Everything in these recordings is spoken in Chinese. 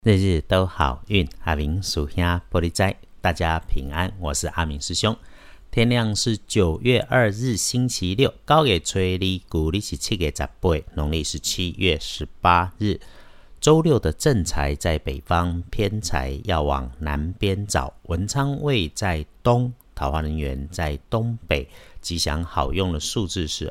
日日都好运，阿明属兄玻璃斋，大家平安，我是阿明师兄。天亮是9月2日星期六，9月初二，古历是7月18，农历是7月18日。周六的正财在北方，偏财要往南边找。文昌位在东，桃花人缘在东北。吉祥好用的数字是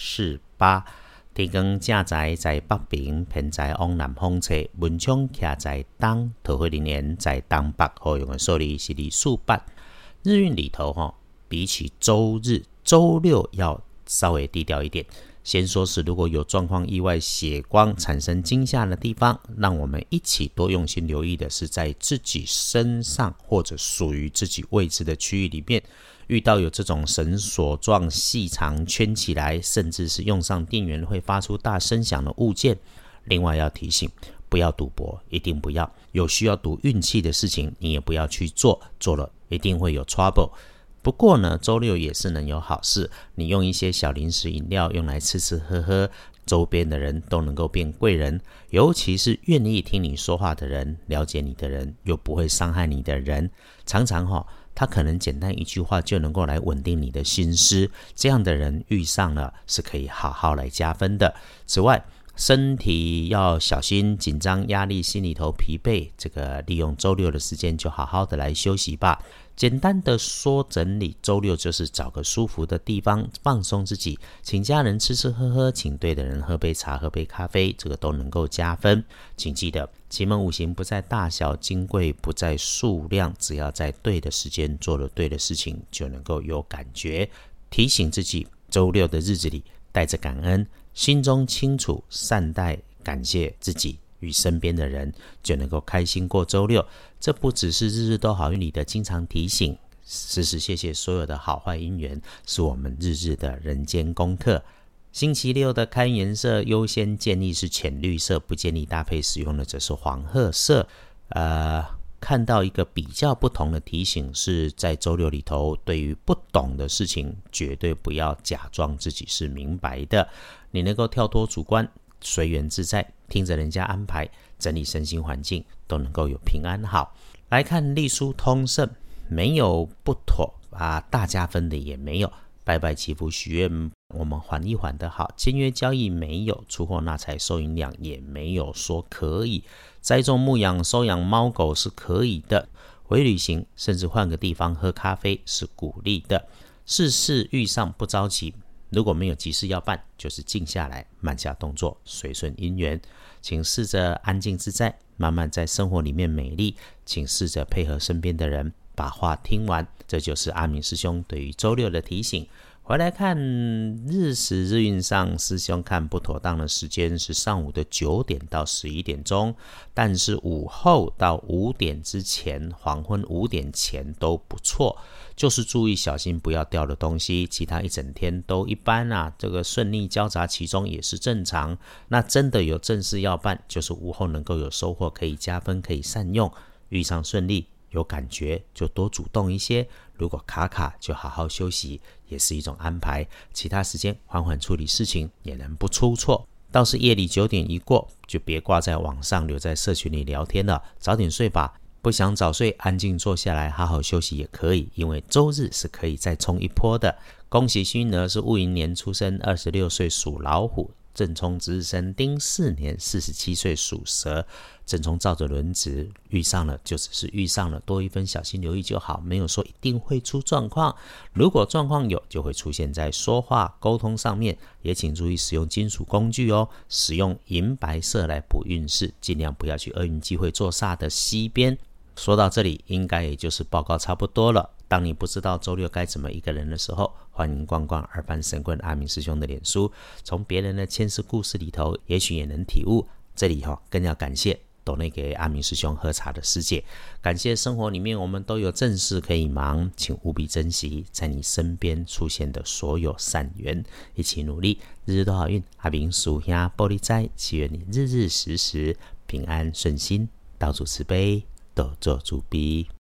2、4、8。天光正财在北边，偏财往南方找。文昌徛在东，桃花人缘在东北。好用的数字是2、4、8。日运里头比起周日，周六要稍微低调一点。先说是如果有状况意外血光产生惊吓的地方，让我们一起多用心留意的是在自己身上或者属于自己位置的区域里面，遇到有这种绳索状细长圈起来，甚至是用上电源会发出大声响的物件。另外要提醒，不要赌博，一定不要。有需要赌运气的事情你也不要去做，做了一定会有 trouble。不过呢，周六也是能有好事，你用一些小零食饮料用来吃吃喝喝，周边的人都能够变贵人，尤其是愿意听你说话的人，了解你的人，又不会伤害你的人，常常他可能简单一句话就能够来稳定你的心思，这样的人遇上了是可以好好来加分的。此外，身体要小心紧张压力，心里头疲惫，这个利用周六的时间就好好的来休息吧。简单的说整理，周六就是找个舒服的地方放松自己，请家人吃吃喝喝，请对的人喝杯茶喝杯咖啡，这个都能够加分。请记得奇门五行不在大小金贵，不在数量，只要在对的时间做了对的事情，就能够有感觉。提醒自己周六的日子里带着感恩，心中清楚善待感谢自己与身边的人，就能够开心过周六。这不只是日日都好运里的经常提醒，时时谢谢所有的好坏因缘，是我们日日的人间功课。星期六的开运颜色优先建议是浅绿色，不建议搭配使用的则是黄褐色。看到一个比较不同的提醒是在周六里头，对于不懂的事情绝对不要假装自己是明白的，你能够跳脱主观，随缘自在，听着人家安排，整理身心环境，都能够有平安好。来看隶书通胜，没有不妥大加分的也没有，拜拜祈福许愿我们缓一缓的好，签约交易没有，出货纳财收银两也没有说可以，栽种牧养收养猫狗是可以的，回旅行甚至换个地方喝咖啡是鼓励的。事事遇上不着急，如果没有急事要办，就是静下来慢下动作，随顺因缘。请试着安静自在，慢慢在生活里面美丽，请试着配合身边的人把话听完，这就是阿明师兄对于周六的提醒。回来看日时日运上，师兄看不妥当的时间是上午的9点到11点钟，但是午后到5点之前，黄昏5点前都不错，就是注意小心不要掉的东西，其他一整天都一般这个顺利交杂其中也是正常。那真的有正事要办，就是午后能够有收获，可以加分，可以善用，遇上顺利有感觉就多主动一些，如果卡就好好休息，也是一种安排，其他时间缓缓处理事情也能不出错。倒是夜里9点一过，就别挂在网上留在社群里聊天了，早点睡吧。不想早睡，安静坐下来好好休息也可以，因为周日是可以再冲一波的。恭喜幸运儿是戊寅年出生，26岁属老虎，正冲值日生丁巳年47岁属蛇，正冲照着轮值，遇上了就只是遇上了，多一分小心留意就好，没有说一定会出状况。如果状况有，就会出现在说话沟通上面，也请注意使用金属工具使用银白色来补运势，尽量不要去厄运机会坐煞的西边。说到这里，应该也就是报告差不多了。当你不知道周六该怎么一个人的时候，欢迎逛逛二班神棍阿明师兄的脸书，从别人的前世故事里头，也许也能体悟。这里更要感谢斗内给阿明师兄喝茶的师姐，感谢生活里面我们都有正事可以忙，请务必珍惜在你身边出现的所有善缘，一起努力，日日都好运。阿明属兄玻璃斋，祈愿你日日时时平安顺心，道主慈悲，多做主逼。